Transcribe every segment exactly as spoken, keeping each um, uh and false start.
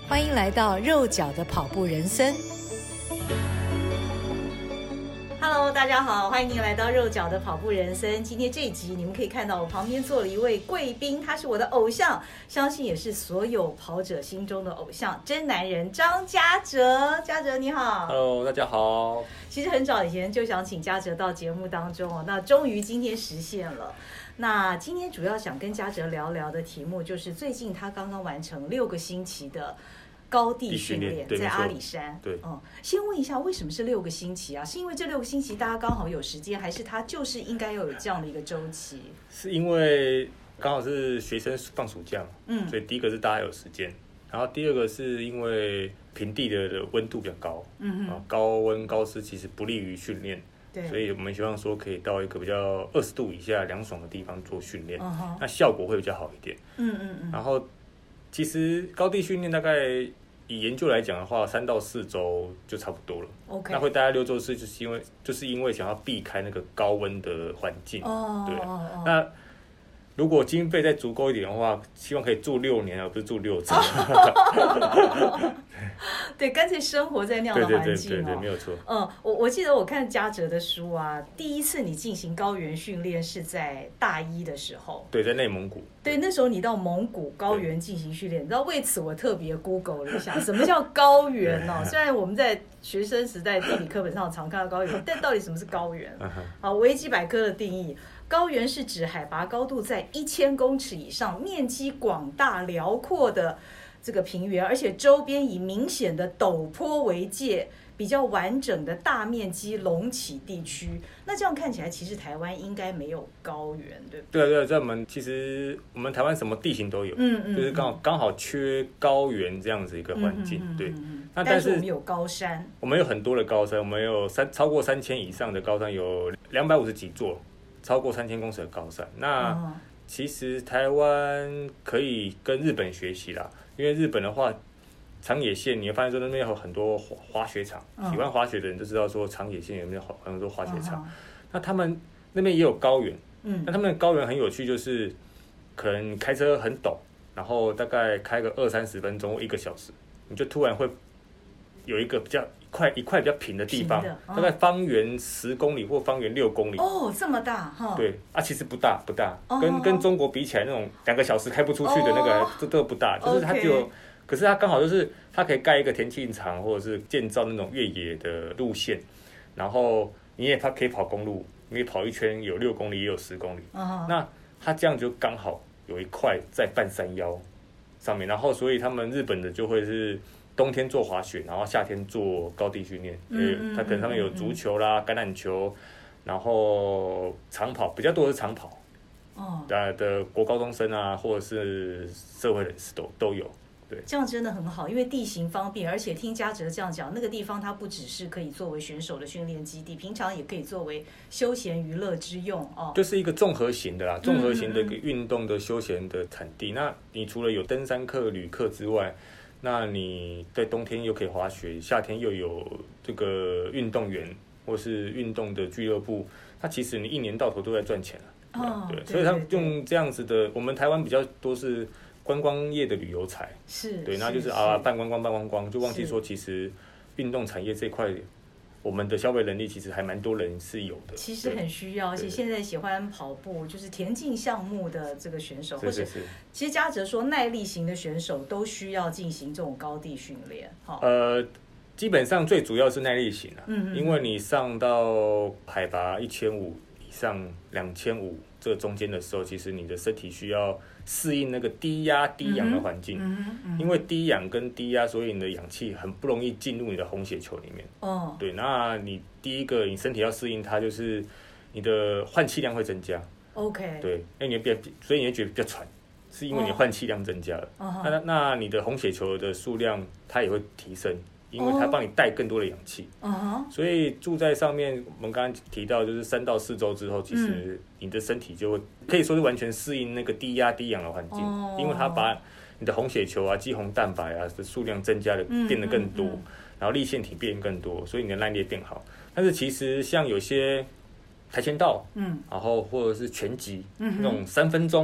欢迎来到肉脚的跑步人生。Hello， 大家好，欢迎您来到肉脚的跑步人生。今天这一集，你们可以看到我旁边坐了一位贵宾，他是我的偶像，相信也是所有跑者心中的偶像，真男人张家哲。家哲你好。 Hello， 大家好。 其实很早以前就想请家哲到节目当中哦，那终于今天实现了。那今天主要想跟家哲聊聊的题目，就是最近他刚刚完成六个星期的高地训练，在阿里山。 对， 嗯，先问一下，为什么是六个星期啊？是因为这六个星期大家刚好有时间，还是他就是应该要有这样的一个周期？ 是因为刚好是学生放暑假嘛，嗯，所以第一个是大家有时间，然后第二个是因为平地的温度比较高，嗯哼，高温高湿其实不利于训练。对，所以我们希望说可以到一个比较二十度以下凉爽的地方做训练， uh-huh. 那效果会比较好一点。嗯嗯嗯。然后其实高地训练大概以研究来讲的话，三到四周就差不多了。OK。那会待在六周是就是因为就是因为想要避开那个高温的环境。哦。对。Oh. 那如果经费再足够一点的话，希望可以住六年，而不是住六周。 对，干脆生活在那样的环境哦。 对对对对对，没有错。 嗯，我我记得我看家哲的书啊，第一次你进行高原训练是在大一的时候。 对，在内蒙古。 对，那时候你到蒙古高原进行训练，你知道为此我特别 Google 了一下，什么叫高原哦？虽然我们在学生时代地理课本上常看到高原，但到底什么是高原？好，维基百科的定义。高原是指海拔高度在一千公尺以上，面积广大辽阔的这个平原，而且周边以明显的陡坡为界，比较完整的大面积隆起地区。那这样看起来，其实台湾应该没有高原，对不对？ 对啊，对啊，在我们其实我们台湾什么地形都有，嗯嗯，就是刚好刚好缺高原这样子一个环境，嗯嗯嗯嗯，对。 那但是我们有高山， 我们有很多的高山，我们有三超过三千以上的高山，有两百五十几座。超过三千公尺的高山，那其实台湾可以跟日本学习啦，因为日本的话，长野县你会发现说那边有很多滑雪场，喜欢滑雪的人都知道说长野县有没有很多滑雪场，那他们那边也有高原，那他们的高原很有趣，就是可能你开车很陡，然后大概开个二三十分钟或一个小时，你就突然会有一个比较一块一块比较平的地方，哦、大概方圆十公里或方圆六公里。 哦，这么大哈？ 对啊，其实不大不大，哦、跟跟中国比起来，那种两个小时开不出去的那个，哦、这都不大，就是它只有， okay. 可是它刚好就是它可以盖一个田径场，或者是建造那种越野的路线，然后你也它可以跑公路，你可以跑一圈有六公里也有十公里，哦、那它这样就刚好有一块在半山腰上面，然后所以他们日本的就会是。冬天做滑雪，然后夏天做高地训练，因为它可能上面有足球啦、橄榄球，然后长跑比较多的是长跑，哦，的国高中生啊，或者是社会人士都都有，对， 这样真的很好，因为地形方便，而且听家哲这样讲，那个地方它不只是可以作为选手的训练基地，平常也可以作为休闲娱乐之用哦， 就是一个综合型的啦，综合型的一个运动的休闲的产地。那你除了有登山客、旅客之外，那你在冬天又可以滑雪，夏天又有这个运动员或是运动的俱乐部，那其实你一年到头都在赚钱了。哦，对，所以他们用这样子的，我们台湾比较多是观光业的旅游财， 是， 对，那就是啊办观光办观光，就忘记说其实运动产业这块。我们的消费能力其实还蛮多人是有的， 其实很需要，而且现在喜欢跑步就是田径项目的这个选手，或者其实家哲说耐力型的选手都需要进行这种高地训练。 呃，基本上最主要是耐力型啊，嗯嗯，因为你上到海拔一千五以上、两千五这中间的时候，其实你的身体需要适应那个低压低氧的环境，嗯嗯嗯、因为低氧跟低压，所以你的氧气很不容易进入你的红血球里面。哦，对，那你第一个你身体要适应它，就是你的换气量会增加。 OK， 对，那你比较，所以你会觉得比较喘，是因为你换气量增加了。哦、那那你的红血球的数量它也会提升。因为它帮你带更多的氧气， uh-huh. 所以住在上面，我们刚刚提到，就是三到四周之后，其实你的身体就会可以说是完全适应那个低压低氧的环境， uh-huh. 因为它把你的红血球啊、肌红蛋白啊的数量增加的变得更多， uh-huh. 然后粒线体变更多，所以你的耐力变好。但是其实像有些跆拳道，嗯，然后或者是拳击，嗯，那种三分钟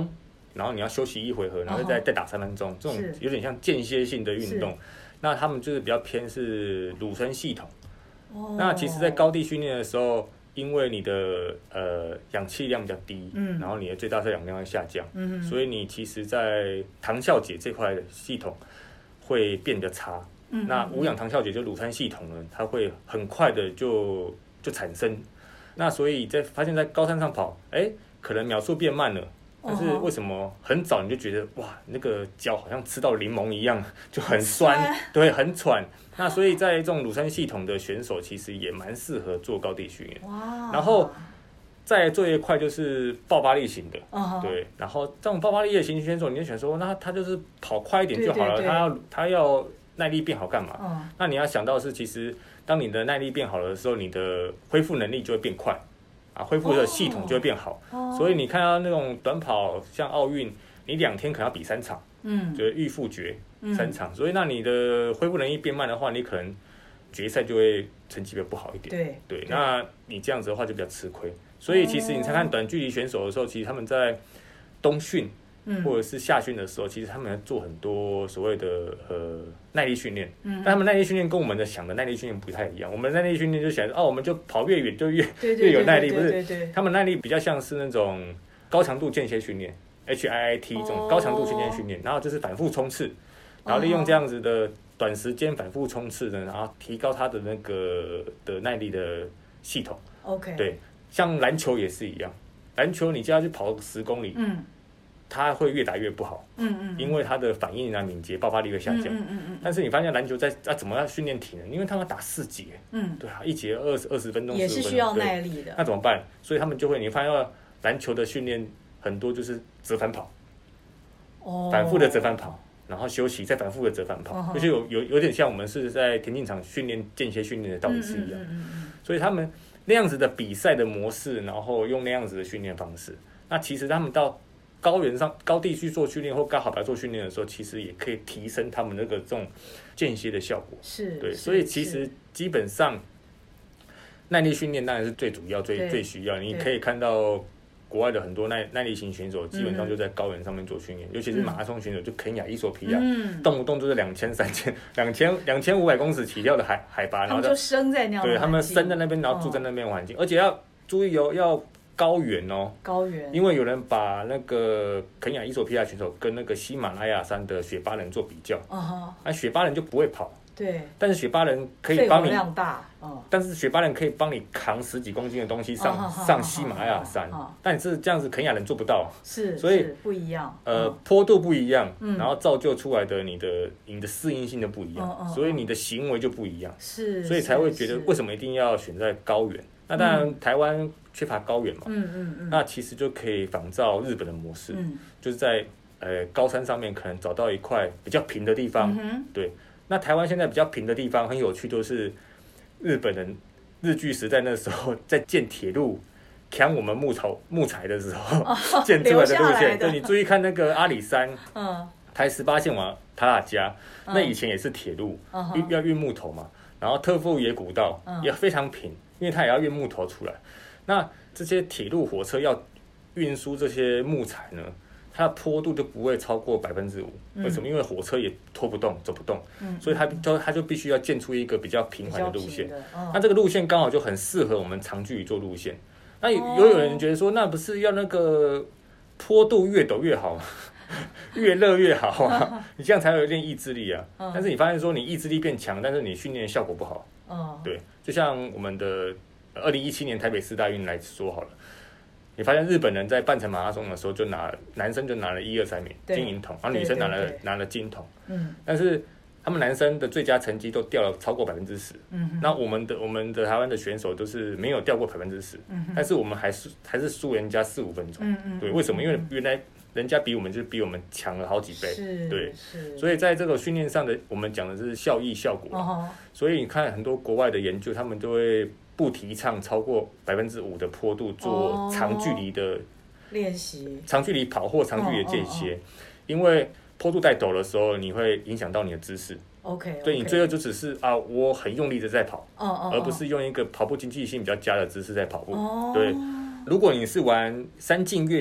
然后你要休息一回合，然后再再打三分钟，这种有点像间歇性的运动。那他们就是比较偏是乳酸系统。哦、那其实，在高地训练的时候，因为你的呃氧气量比较低，嗯，然后你的最大摄氧量会下降，嗯，所以你其实，在糖酵解这块的系统会变得差。嗯，那无氧糖酵解就乳酸系统呢，它会很快的就就产生。那所以在发现，在高山上跑，哎、欸，可能秒数变慢了。但是为什么很早你就觉得哇，那个脚好像吃到柠檬一样，就很酸，对，很喘。那所以在这种乳酸系统的选手，其实也蛮适合做高地训练。哇！然后再做一块就是爆发力型的， uh-huh. 对。然后这种爆发力的型选手，你就想说，那他就是跑快一点就好了，对对对，他要他要耐力变好干嘛？嗯。那你要想到的是，其实当你的耐力变好了的时候，你的恢复能力就会变快。啊，恢复的系统就会变好， oh. Oh. 所以你看到那种短跑，像奥运，你两天可能要比三场，嗯，就是预复决三场，嗯，所以那你的恢复能力变慢的话，你可能决赛就会成绩比较不好一点，对对，那你这样子的话就比较吃亏。所以其实你才看短距离选手的时候，其实他们在冬训或者是夏训的时候，其实他们要做很多所谓的呃耐力训练，嗯，但他们耐力训练跟我们的想的耐力训练不太一样。我们的耐力训练就想哦，我们就跑越远就越越有耐力，不是？他们耐力比较像是那种高强度间歇训练 ，H I I T 这种高强度间歇训练，然后就是反复冲刺，然后利用这样子的短时间反复冲刺呢，然后提高他的那个的耐力的系统。OK， 对，像篮球也是一样，篮球你就要去跑十公里，嗯。他会越打越不好，嗯嗯，因为他的反应啊、敏捷、爆发力会下降，嗯嗯嗯。但是你发现篮球在啊怎么样训练体能？因为他们打四节，嗯，对啊，一节二十二十分钟， 也是需要耐力的。 那怎么办？所以他们就会，你发现篮球的训练很多就是折返跑，哦，反复的折返跑，然后休息，再反复的折返跑，哦，就是有有有点像我们是在田径场训练间歇训练的道理是一样，嗯嗯嗯。所以他们那样子的比赛的模式，然后用那样子的训练方式，那其实他们到高原上、高地去做训练或高海拔做训练的时候，其实也可以提升他们那个这种间歇的效果。是，对，所以其实基本上耐力训练当然是最主要、最最需要。你可以看到国外的很多耐耐力型选手，基本上就在高原上面做训练，嗯，尤其是马拉松选手，就肯亚、伊索比亚，嗯，动不动就是两千、三千、两千、两千五百公尺起跳的海海拔，然后就生在那样的环境， 对，他们生在那边，然后住在那边环境，哦，而且要注意哦，要高原哦， 高原， 因为有人把那个肯亚、伊索比亚选手跟那个喜马拉雅山的雪巴人做比较，啊，啊，雪巴人就不会跑，对，但是雪巴人可以帮你， 量大，哦， 但是雪巴人可以帮你扛十几公斤的东西上，哦，上喜马拉雅山，哦，但是这样子肯亚人做不到， 是， 所以不一样， 呃，哦，坡度不一样，嗯，然后造就出来的你的你的适应性就不一样，哦，所以你的行为就不一样，是，所以才会觉得为什么一定要选在高原？那当然，嗯，台湾缺乏高原嘛，嗯嗯嗯，那其实就可以仿照日本的模式，嗯，就是在呃高山上面可能找到一块比较平的地方，嗯，对。那台湾现在比较平的地方很有趣，都是日本人日据时代那时候在建铁路抢我们木材木材的时候，哦，建出来的路线。对，你注意看那个阿里山，嗯，台十八线往塔塔加，嗯，那以前也是铁路，嗯，要运木头嘛，然后特富野古道，嗯，也非常平。因为它也要运木头出来，那这些铁路火车要运输这些木材呢，它的坡度就不会超过百分之五。为什么？因为火车也拖不动、走不动，嗯，所以它就它就必须要建出一个比较平缓的路线。哦，那这个路线刚好就很适合我们长距离做路线。那有有人觉得说，那不是要那个坡度越陡越好吗？越热越好啊，你这样才有练意志力啊。嗯，但是你发现说你意志力变强，但是你训练效果不好。哦，对，就像我们的二零一七年台北四大运来说好了，你发现日本人在半程马拉松的时候就拿男生就拿了一二三名金银铜，然后女生拿了拿了金铜，嗯，但是他们男生的最佳成绩都掉了超过百分之十，嗯，那我们的我们的台湾的选手都是没有掉过百分之十，嗯，但是我们还是还是输人家四五分钟，嗯嗯，对，为什么？因为原来人家比我们就比我们强了好几倍，对，所以在这个训练上的，我们讲的是效益效果，哦，所以你看很多国外的研究，他们都会不提倡超过百分之五的坡度做长距离的练习， 长距离跑或长距离的间歇，哦哦哦，因为坡度太陡的时候，你会影响到你的姿势。OK， 所以你最后就只是啊，我很用力的在跑，哦哦，而不是用一个跑步经济性比较佳的姿势在跑步。哦，对，如果你是玩山径越野。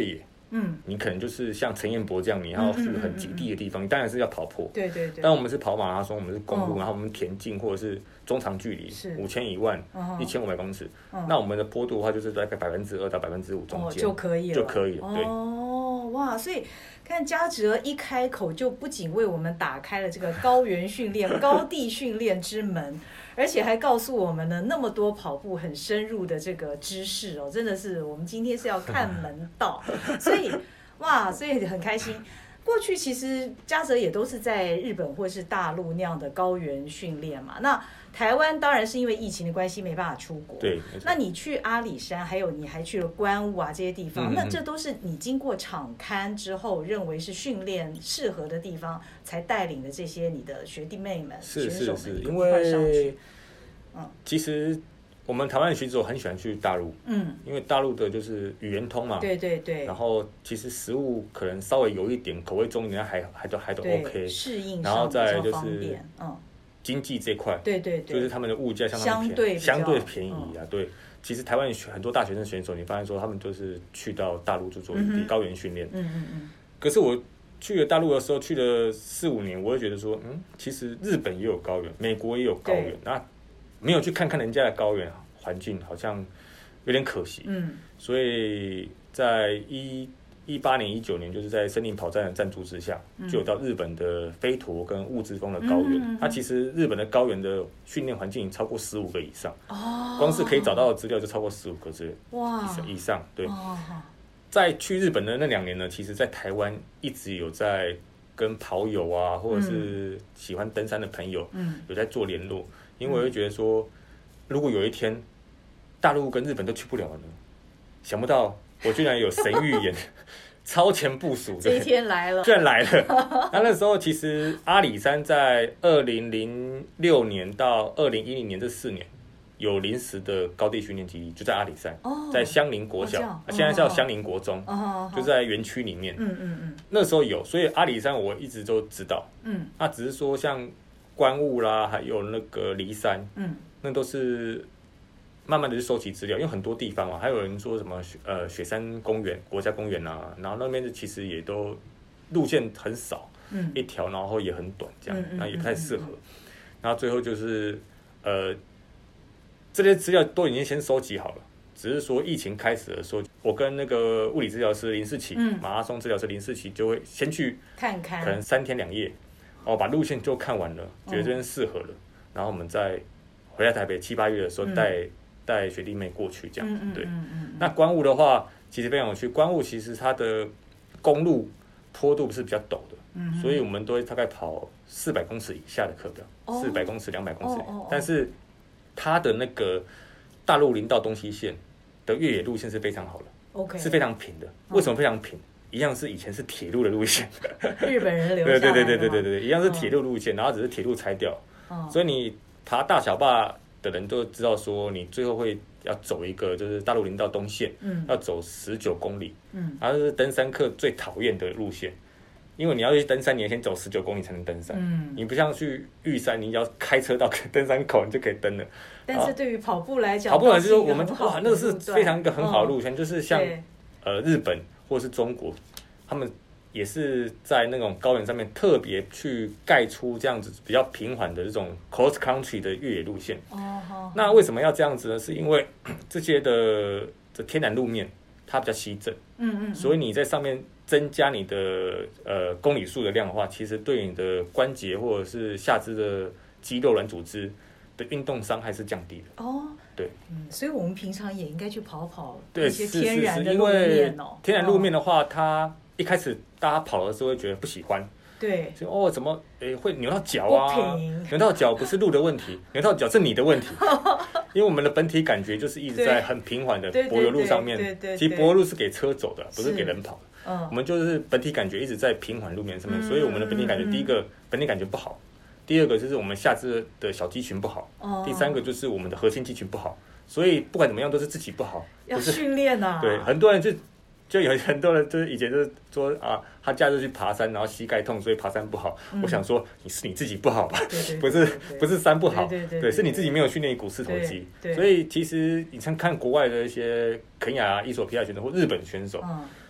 嗯，你可能就是像陈彦博这样，你要去很极地的地方，嗯嗯嗯嗯，你当然是要跑坡。 对对对。 但我们是跑马拉松，我们是公路，哦、然后我们田径或者是中长距离，五千一万、一千五百公尺、哦。那我们的坡度的话，就是大概百分之二到百分之五中间、哦、 就可以了， 就可以了。对。 哦，哇，所以看嘉哲一开口就不仅为我们打开了这个高原训练、高地训练之门。而且还告诉我们呢那么多跑步很深入的这个知识哦，真的是我们今天是要看门道，所以哇，所以很开心。过去其实嘉哲也都是在日本或是大陆那样的高原训练嘛。那台湾当然是因为疫情的关系没办法出国。 对。 那你去阿里山，还有你还去了观雾啊这些地方，嗯嗯，那这都是你经过场勘之后认为是训练适合的地方，才带领的这些你的学弟妹们、 是选手是是， 们一块上去。 嗯，其实我们台湾的选手很喜欢去大陆，嗯，因为大陆的就是语言通嘛， 对对对， 然后其实食物可能稍微有一点口味重一点，还还都还都 OK， 适应然后再就是嗯经济这块， 对对对， 就是他们的物价相对相对便宜啊，嗯、对。其实台湾很多大学生选手，你发现说他们都是去到大陆去做高原训练，嗯嗯嗯。可是我去了大陆的时候，去了四五年，我会觉得说，嗯，其实日本也有高原，美国也有高原，那没有去看看人家的高原环境，好像有点可惜。嗯，所以在一一八年、一九年，就是在森林跑站的赞助之下，嗯、就有到日本的飞驼跟雾之峰的高原。嗯、它其实日本的高原的训练环境已经超过十五个以上，哦，光是可以找到的资料就超过十五个之哇以上。对，哦、在去日本的那两年呢，其实在台湾一直有在跟跑友啊，或者是喜欢登山的朋友，嗯、有在做联络。因为我会觉得说，如果有一天大陆跟日本都去不了了呢，想不到我居然有神预言，超前部署， 这一天来了， 居然来了。那那时候其实阿里山在二零零六年到二零一零年这四年有临时的高地训练基地，就在阿里山，哦、在香林国小，哦、现在叫香林国中，哦、就在园区里面。嗯嗯嗯，那时候有，所以阿里山我一直都知道。嗯，那只是说像观雾啦，还有那个梨山，嗯，那都是慢慢的去收集资料，因为很多地方啊，还有人说什么呃雪山公园、国家公园啊，然后那边其实也都路线很少，嗯，一条，然后也很短，这样，那、嗯、也不太适合。嗯嗯嗯、然后最后就是呃，这些资料都已经先收集好了，只是说疫情开始的时候，我跟那个物理治疗师林世奇、嗯、马拉松治疗师林世奇就会先去看看， 可能三天两夜。哦，把路线就看完了，觉得这边适合了，嗯、然后我们再回来台北七八月的时候带带、嗯、学弟妹过去这样子。嗯、对，嗯嗯嗯、那观雾的话，其实非常有趣。观雾其实它的公路坡度是比较陡的，嗯、所以我们都会大概跑四百公尺以下的课表，四百、哦、公尺、两百公尺。哦哦哦、但是它的那个大陆林道东西线的越野路线是非常好的 ，OK， 是非常平的。为什么非常平？一样是以前是铁路的路线， 日本人留下来的。 对对对对对对对，一样是铁路路线，然后只是铁路拆掉，哦、所以你爬大小坝的人都知道说，你最后会要走一个就是大陆林道东线，嗯、要走十九公里，嗯，然后是登山客最讨厌的路线，因为你要去登山，你要先走十九公里才能登山，嗯，你不像去玉山，你要开车到登山口你就可以登了。 但是对于跑步来讲， 跑步来就是我们哇，那个是非常一个很好的路线，哦、就是像呃日本。或是中国，他们也是在那种高原上面特别去盖出这样子比较平缓的这种 cross country 的越野路线。哦哦、那为什么要这样子呢？是因为这些的这天然路面它比较稀震，嗯 嗯, 嗯，所以你在上面增加你的呃公里数的量的话，其实对你的关节或者是下肢的肌肉软组织的运动伤害是降低的。哦。对， 嗯，所以我们平常也应该去跑跑一些天然的路面哦。 天然路面的话，它一开始大家跑的时候会觉得不喜欢， 对， 就哦怎么诶会扭到脚啊？扭到脚不是路的问题，扭到脚是你的问题，因为我们的本体感觉就是一直在很平缓的柏油路上面。对对对，其实柏油路是给车走的，不是给人跑的。嗯，我们就是本体感觉一直在平缓路面上面，所以我们的本体感觉第一个本体感觉不好。第二个就是我们下肢的小肌群不好，哦、第三个就是我们的核心肌群不好，所以不管怎么样都是自己不好。 要训练啊！ 对，很多人就就有很多人就是以前就是说啊，他假日去爬山，然后膝盖痛，所以爬山不好。嗯、我想说，你是你自己不好吧？对对对对不是不是山不好，对, 对, 对, 对, 对, 对是你自己没有训练股四头肌。所以其实你像看国外的一些肯亚、伊索比亚选手或日本选手。嗯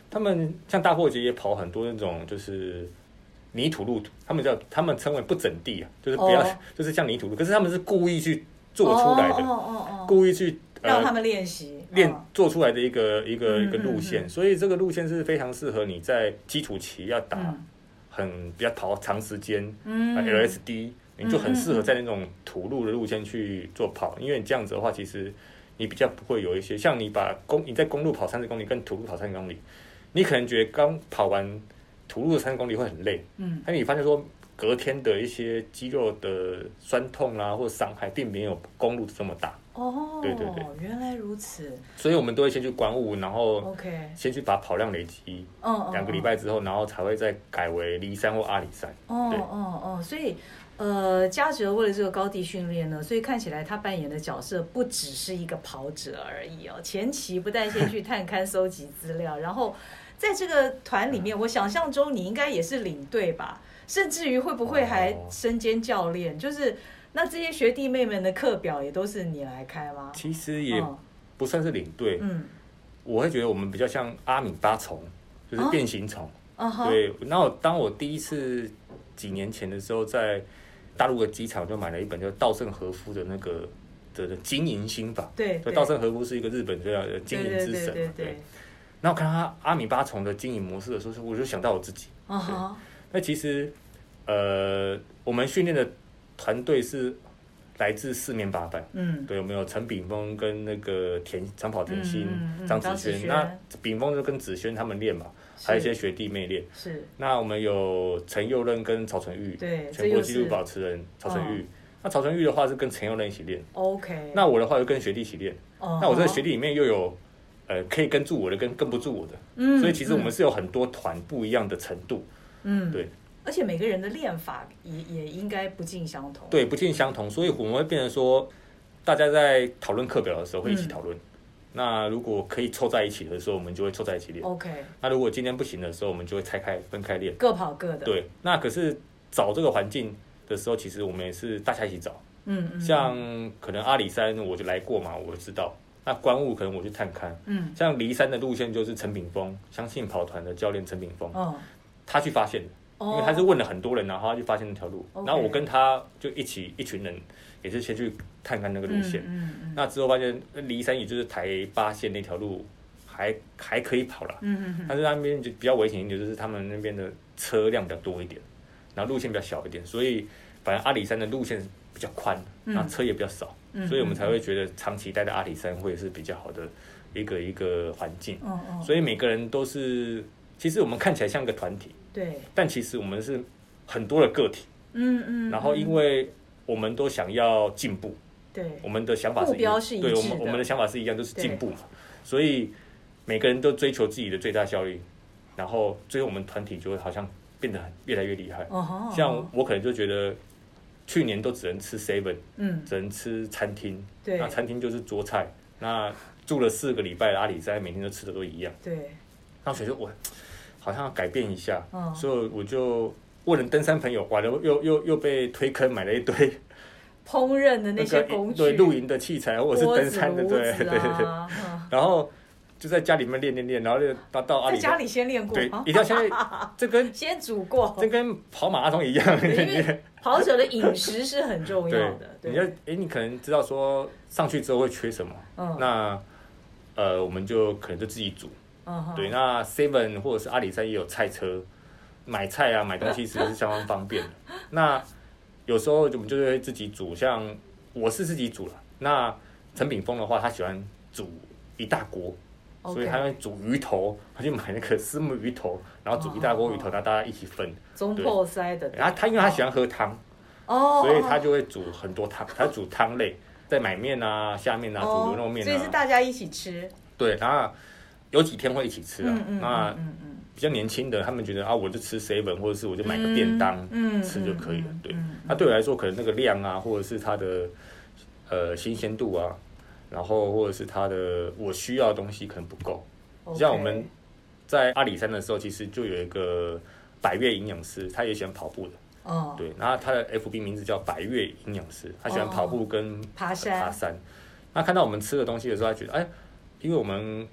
他们像大破节也跑很多那种就是泥土路，他们叫他们称为不整地啊，就是不要、oh. 就是像泥土路，可是他们是故意去做出来的， oh, oh, oh, oh. 故意去、 呃、让他们练习练做出来的一个一个、 嗯、 一个路线、嗯，所以这个路线是非常适合你在基础期要打很、嗯、比较跑长时间、嗯呃、L S D， 你就很适合在那种土路的路线去做跑，因为你这样子的话，其实你比较不会有一些像你把公你在公路跑三十公里跟土路跑三十公里。你可能觉得刚跑完土路的三十公里会很累，嗯，但你发现说隔天的一些肌肉的酸痛啊或者伤害，并没有公路这么大。 哦， 对对对， 原来如此。 所以我们都会先去观雾，然后 OK， 先去把跑量累积， 嗯， 两个礼拜之后，然后才会再改为梨山或阿里山。 哦哦哦，所以。呃，嘉哲为了这个高地训练呢，所以看起来他扮演的角色不只是一个跑者而已哦。前期不但先去探勘搜集资料，然后在这个团里面，我想象中你应该也是领队吧，甚至于会不会还身兼教练？哦、就是那这些学弟妹们的课表也都是你来开吗？ 其实也不算是领队，嗯，我会觉得我们比较像阿米巴虫，就是变形虫。哦、对，那我当我第一次几年前的时候在大陆的机场就买了一本叫稻盛和夫的那个的经营心法。 对， 稻盛和夫是一个日本这样的经营之神。对对对对。那我看到他阿米巴虫的经营模式的时候，我就想到我自己。Uh-huh. 那其实，呃，我们训练的团队是来自四面八方。嗯。对，有没有陈炳峰跟那个田长跑田心、嗯、张子萱？那炳峰就跟子萱他们练嘛。还有一些学弟妹练，是。那我们有陈佑任跟曹纯玉，对，全国纪录保持人曹纯玉。哦、那曹纯玉的话是跟陈佑任一起练 ，OK。那我的话就跟学弟一起练。哦。那我这个学弟里面又有，呃，可以跟住我的，跟跟不住我的。嗯。所以其实我们是有很多团不一样的程度。嗯。对。 而且每个人的练法也也应该不尽相同。 对，不尽相同，所以我们会变成说，大家在讨论课表的时候会一起讨论。嗯，那如果可以凑在一起的时候，我们就会凑在一起练。OK。那如果今天不行的时候，我们就会拆开分开练， 各跑各的。 对。那可是找这个环境的时候，其实我们也是大家一起找。嗯嗯。像可能阿里山我就来过嘛，我知道。那观雾可能我去探勘。嗯。像梨山的路线就是陈炳峰，相信跑团的教练陈炳峰。哦。他去发现的，因为他是问了很多人，然后他去发现那条路。然后我跟他就一起一群人。也是先去看看那个路线，嗯嗯嗯、那之后发现梨山也就是台八线那条路还还可以跑啦，嗯嗯嗯、但是那边就比较危险一点，就是他们那边的车辆比较多一点，然后路线比较小一点，所以反正阿里山的路线比较宽，然后车也比较少，嗯、所以我们才会觉得长期待在阿里山会是比较好的一个一个环境。嗯嗯、所以每个人都是，其实我们看起来像个团体，对，但其实我们是很多的个体，嗯嗯，然后因为我们都想要进步，对，我们的想法是一样，对，我们我们的想法是一样，就是进步嘛。所以每个人都追求自己的最大效率，然后最后我们团体就会好像变得越来越厉害。Uh-huh. 像我可能就觉得去年都只能吃 seven， 嗯，只能吃餐厅，对，那餐厅就是桌菜，那住了四个礼拜的阿里山，每天都吃的都一样，对。然后所以说我好像要改变一下，嗯，所以我就。问了登山朋友，完了又又又被推坑买了一堆烹饪的那些工具， 对，露营的器材或者是登山的，对对对对。然后就在家里面练练练，然后就到到阿里。 在家里先练过， 对，一定要先这跟先煮过， 这跟跑马拉松一样， 因为跑者的饮食是很重要的。 对，你要哎，你可能知道说上去之后会缺什么，嗯，那呃，我们就可能就自己煮，嗯，对，那 Seven 或者是阿里山也有菜车。买菜啊，买东西其实是相当方便的。那有时候我们就会自己煮，像我是自己煮了。那陈炳峰的话，他喜欢煮一大锅， okay. 所以他会煮鱼头，他去买那个虱目鱼头，然后煮一大锅鱼头，然后大家一起分。 中破塞的。 然后他因为他喜欢喝汤，哦，所以他就会煮很多汤，他煮汤类，再买面啊、下面啊、煮牛肉面啊， 所以是大家一起吃。 对，然后有几天会一起吃啊，嗯嗯那。嗯嗯比较年轻的，他们觉得啊，我就吃 seven， 或者是我就买个便当、嗯、吃就可以了。嗯、对，那、嗯、对我来说，可能那个量啊，或者是它的呃新鲜度啊，然后或者是它的我需要的东西可能不够。Okay. 像我们在阿里山的时候，其实就有一个百岳营养师，他也喜欢跑步的。哦。对，然后他的 F B 名字叫百岳营养师，他喜欢跑步跟、哦、 爬山。 爬山。那看到我们吃的东西的时候，他觉得哎，因为我们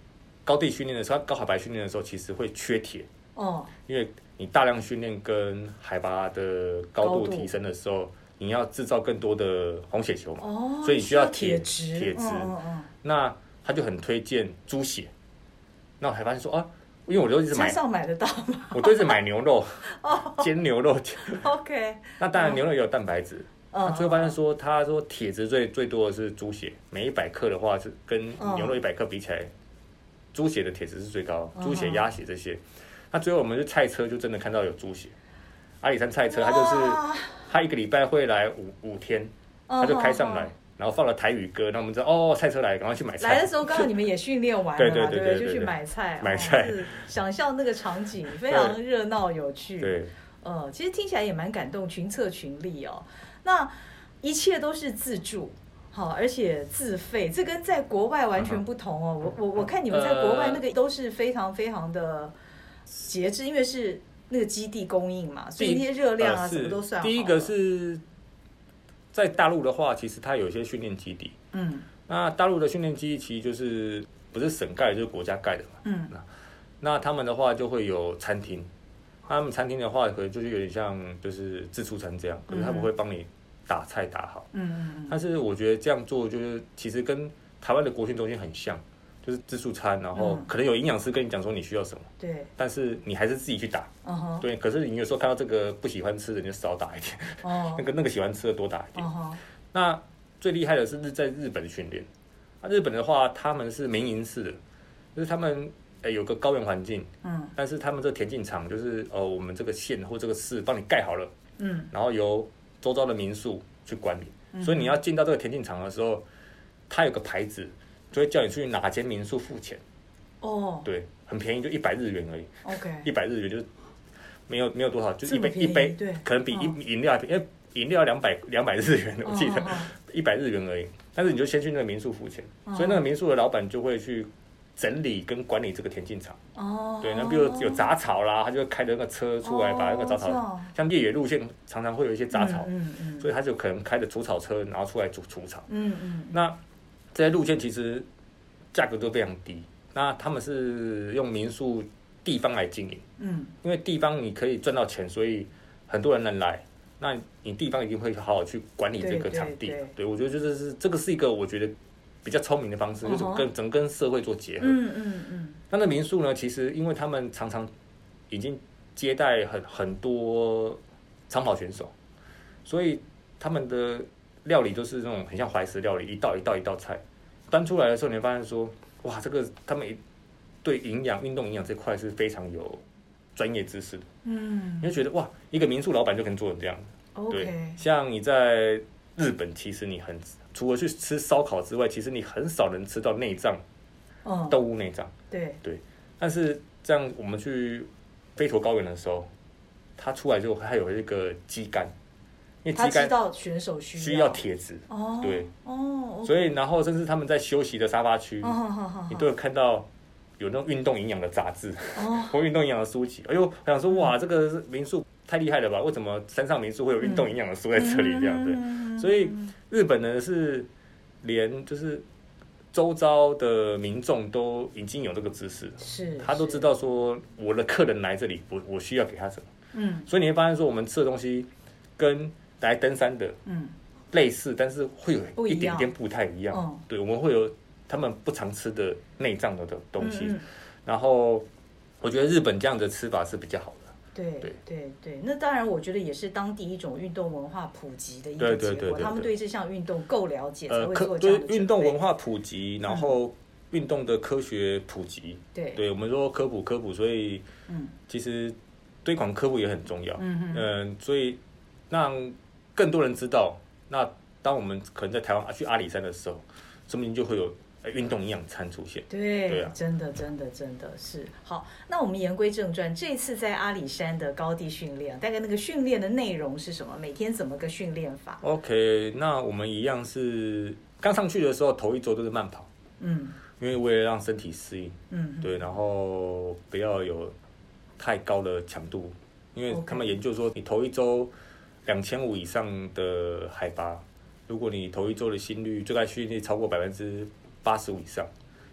高地训练的时候，高海拔训练的时候，其实会缺铁。 哦， 因为你大量训练跟海拔的高度提升的时候，你要制造更多的红血球嘛， 哦， 所以你需要铁质。 铁质、 嗯嗯， 那他就很推荐猪血。那我还发现说啊，因为我都一直买， 山上买得到吗？ 我都一直买牛肉，煎牛肉。 OK。 那当然牛肉也有蛋白质。 嗯， 最后发现说，他说铁质最最多的是猪血，每一百克的话是跟牛肉一百克比起来，猪血的铁质是最高，猪血、鸭血这些。那最后我们就菜车就真的看到有猪血，阿里山菜车，他就是他一个礼拜会来五五天，他就开上来，然后放了台语歌，那我们知道哦，菜车来，赶快去买菜。 来的时候刚好你们也训练完了嘛，对对对对，就去买菜， 买菜， 想象那个场景非常热闹有趣。 对， 呃，其实听起来也蛮感动，群策群力哦。那一切都是自助。好，而且自费，这跟在国外完全不同哦。我我我看你们在国外那个都是非常非常的节制，因为是那个基地供应嘛，所以那些热量啊什么都算好。 第一个是在大陆的话，其实它有一些训练基地。嗯，那大陆的训练基地其实就是不是省盖的，就是国家盖的嘛。嗯，那那他们的话就会有餐厅，他们餐厅的话可能就是有点像就是自助餐这样，可是他们会帮你打菜打好。嗯嗯。但是我觉得这样做就是其实跟台湾的国训中心很像。就是自助餐，然后可能有营养师跟你讲说你需要什么， 对， 但是你还是自己去打， uh-huh. 对。可是你有时候看到这个不喜欢吃的，你就少打一点， uh-huh. 那个那个喜欢吃的多打一点。Uh-huh. 那最厉害的是在日本训练，那日本的话他们是民营式的，就是他们诶有个高原环境，嗯，但是他们这个田径场就是哦我们这个县或这个市帮你盖好了，嗯，然后由周遭的民宿去管理，嗯，所以你要进到这个田径场的时候，它有个牌子。就会叫你去哪间民宿付钱，哦， oh. 对，很便宜，就一百日元而已。OK， 一百日元就是没有没有多少，就一杯一杯，可能比饮饮料，因为饮料两百两百日元，我记得一百日元而已。但是你就先去那个民宿付钱， oh. 所以那个民宿的老板就会去整理跟管理这个田径场。哦， oh. 对，那比如有杂草啦，他就会开着那个车出来把那个杂草， oh. 像越野路线常常会有一些杂草，嗯嗯，所以他就可能开着除草车，然后出来除除草。嗯嗯，那。这些路线其实价格都非常低，那他们是用民宿地方来经营，嗯，因为地方你可以赚到钱，所以很多人能来，那你地方一定会好好去管理这个场地。对, 对, 对, 对，我觉得就是这个是一个我觉得比较聪明的方式， uh-huh. 就是跟整跟社会做结合。嗯嗯嗯。那那民宿呢，其实因为他们常常已经接待很很多长跑选手，所以他们的料理都是那种很像怀石料理，一道一道一道菜端出来的时候，你会发现说，哇，这个他们对营养、运动营养这块是非常有专业知识的。嗯，你会觉得哇，一个民宿老板就可以做成这样。Okay. 对，像你在日本，其实你很除了去吃烧烤之外，其实你很少能吃到内脏，哦，动物内脏。对对，但是这样我们去飞驼高原的时候，它出来之后还有一个鸡肝。因为他知道选手需要需要铁质，哦，对，哦， okay. 所以然后甚至他们在休息的沙发区，哦，你都有看到有那种运动营养的杂志，哦，或运动营养的书籍。哎呦，我想说哇，这个民宿太厉害了吧？为什么山上民宿会有运动营养的书在这里？这样对，嗯，所以日本呢是连就是周遭的民众都已经有这个知识，是他都知道说我的客人来这里，我我需要给他什么，嗯，所以你会发现说我们吃的东西跟来登山的，嗯，类似，但是会有一点点不太一样。嗯，对，我们会有他们不常吃的内脏的东西，嗯嗯，然后我觉得日本这样的吃法是比较好的。 对对对对，那当然，我觉得也是当地一种运动文化普及的一个结果。对对对对对，他们对这项运动够了解，才会做这样的准备。 对运动文化普及，然后运动的科学普及。对，对我们说科普科普，所以嗯，其实推广科普也很重要。嗯嗯，呃，所以让更多人知道，那当我们可能在台湾去阿里山的时候，说不定就会有运动营养餐出现。 对，对啊，真的真的真的是好。那我们言归正传，这次在阿里山的高地训练，大概那个训练的内容是什么？每天怎么个训练法 ？OK， 那我们一样是刚上去的时候，头一周都是慢跑，嗯，因为为了让身体适应，嗯，对，然后不要有太高的强度，因为他们研究说，你头一周两千五以上的海拔，如果你头一周的心率最该训练超过百分之八十五以上，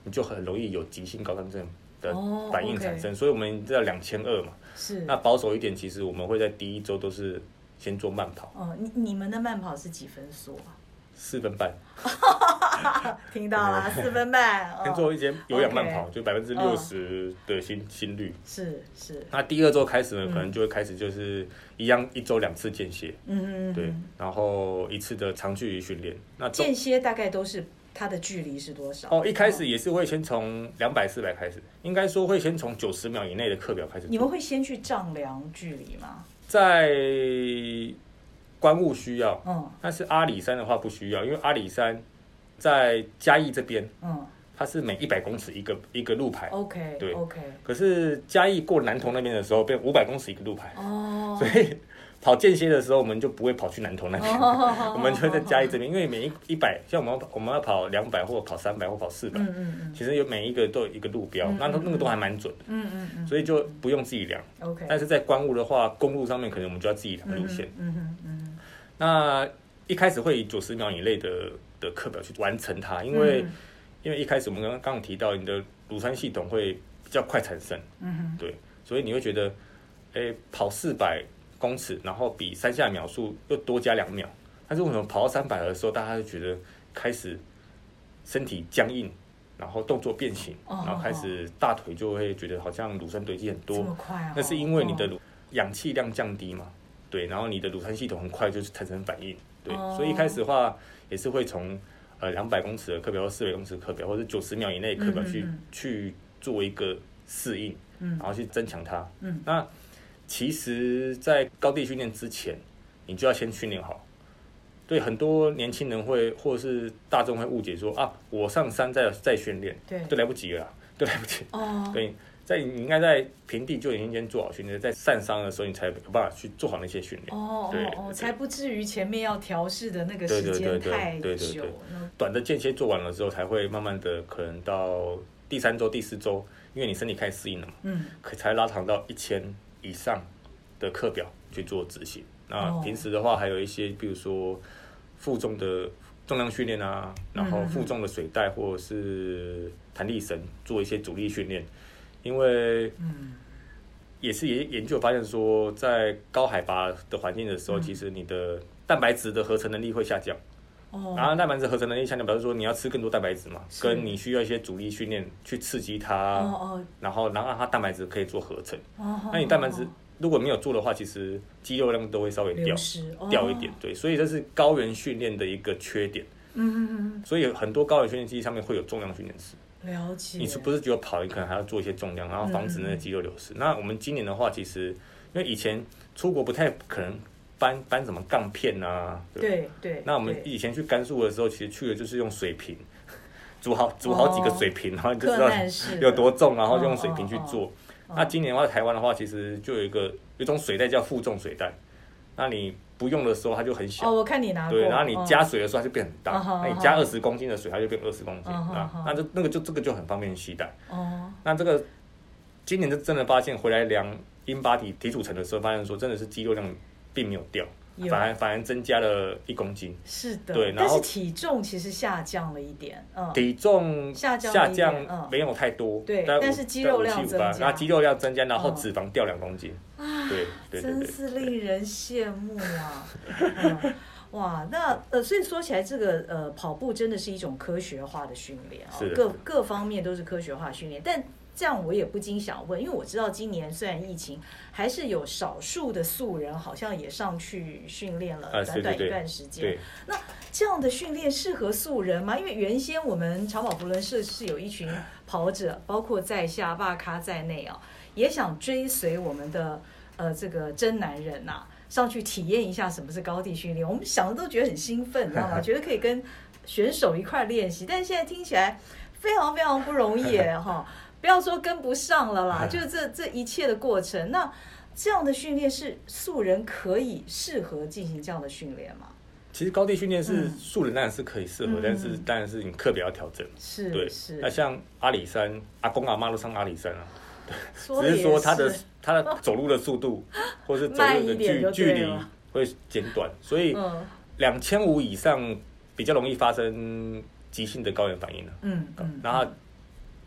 你就很容易有急性高山症的反应产生。 哦 okay、 所以我们这两千二嘛， 是那保守一点，其实我们会在第一周都是先做慢跑。 哦，你你们的慢跑是几分速啊？ 四分半。 听到了，四分半。 先做一些有氧慢跑， okay、 就百分之六十的心、哦、心率。 是是。 那第二周开始呢，嗯、可能就会开始就是一样，一周两次间歇。 嗯嗯。 对，然后一次的长距离训练。那间歇大概都是它的距离是多少？ 哦，一开始也是会先从两百、四百开始，应该说会先从九十秒以内的课表开始。 你们会先去丈量距离吗？ 在观雾需要， 嗯， 但是阿里山的话不需要，因为阿里山在嘉义这边， 嗯， 它是每一百公尺一个一个路牌 ，OK， 对 ，OK。 可是嘉义过南投那边的时候，变五百公尺一个路牌， 哦， 所以跑间歇的时候，我们就不会跑去南投那边，哦、我们就会在嘉义这边，因为每一一百，像我们我们要跑两百或跑三百或跑四百， 嗯嗯嗯， 其实有每一个都有一个路标，嗯嗯嗯那那个都还蛮准的， 嗯嗯嗯， 所以就不用自己量 ，OK。 但是在观雾的话，公路上面可能我们就要自己量路线， 嗯嗯嗯。 那一开始会以九十秒以内的的课表去完成它，因为、嗯、因为一开始我们刚刚刚提到，你的乳酸系统会比较快产生， 嗯对，所以你会觉得，哎，跑四百公尺，然后比山下秒数又多加两秒，但是为什么跑到三百的时候，大家就觉得开始身体僵硬，然后动作变形， 哦、 然后开始大腿就会觉得好像乳酸堆积很多， 这么快啊？ 那是因为你的氧气量降低嘛。对，然后你的乳酸系统很快就是产生反应，对，哦、所以一开始的话也是会从呃两百公尺的课表或四百公尺的课表，或者九十秒以内的课表去、嗯嗯、去做一个适应，嗯，然后去增强它。嗯，那其实，在高地训练之前，你就要先训练好。对，很多年轻人会或者是大众会误解说啊，我上山再再训练， 对， 都来不及了，都来不及。 哦， 对。在你应该在平地就已经先做好训练，在上山的时候你才有办法去做好那些训练。 哦哦哦，才不至于前面要调试的那个时间太久。对对对对对对短的间歇做完了之后，才会慢慢的可能到第三周、第四周，因为你身体开始适应了嘛，嗯，才拉长到一千以上的课表去做执行。那平时的话，还有一些比如说负重的重量训练啊，然后负重的水袋或者是弹力绳做一些阻力训练。因为也是研研究发现说，在高海拔的环境的时候，其实你的蛋白质的合成能力会下降。哦，然后蛋白质合成能力下降，表示说你要吃更多蛋白质嘛，跟你需要一些阻力训练去刺激它，哦、然后然后让它蛋白质可以做合成。哦，那你蛋白质如果没有做的话，其实肌肉量都会稍微掉、哦、掉一点。对，所以这是高原训练的一个缺点。嗯嗯嗯。所以很多高原训练机上面会有重量训练师。 了解， 你是不是只有跑，你可能还要做一些重量，然后防止那个肌肉流失。嗯、那我们今年的话，其实因为以前出国不太可能搬搬什么杠片啊， 对 对, 对。 那我们以前去甘肃的时候，其实去的就是用水瓶，煮好煮好几个水瓶，哦、然后你就知道有多重，然后就用水瓶去做。哦哦哦、那今年的话，台湾的话，其实就有一个有一种水袋叫负重水袋，那你不用的时候它就很小。 哦，我看你拿过。 对，然后你加水的时候它就变很大，哦、那你加二十公斤的水，它就变二十公斤。哦、那那就那个就这个就很方便携带。哦。那这个今年就真的发现回来量InBody体组成的时候，发现说真的是肌肉量并没有掉，反而反而增加了一公斤。 是的。 对，然后但是体重其实下降了一点。嗯。 体重下降下降没有太多。 对。但是肌肉量增加。 然后肌肉量增加，然后脂肪掉两公斤。对对对对， 真是令人羡慕啊！嗯、哇，那呃，所以说起来，这个呃，跑步真的是一种科学化的训练啊、哦，各各方面都是科学化训练。但这样我也不禁想问，因为我知道今年虽然疫情，还是有少数的素人好像也上去训练了短短一段时间。 啊、 那这样的训练适合素人吗？因为原先我们长跑福伦社是有一群跑者，包括在下巴咖在内啊、哦，也想追随我们的。呃，这个真男人呐、啊，上去体验一下什么是高地训练，我们想的都觉得很兴奋，你知道吗？觉得可以跟选手一块练习，但是现在听起来非常非常不容易哈，不要说跟不上了啦，就这这一切的过程，那这样的训练是素人可以适合进行这样的训练吗？ 其实高地训练是素人当然是可以适合，嗯、但是当然是你课表要调整， 是， 对， 是。 那像阿里山，阿公阿妈都上阿里山啊。 只是说他的他的走路的速度，或是走路的距距离会减短，所以两千五以上比较容易发生急性的高原反应了。嗯嗯，然后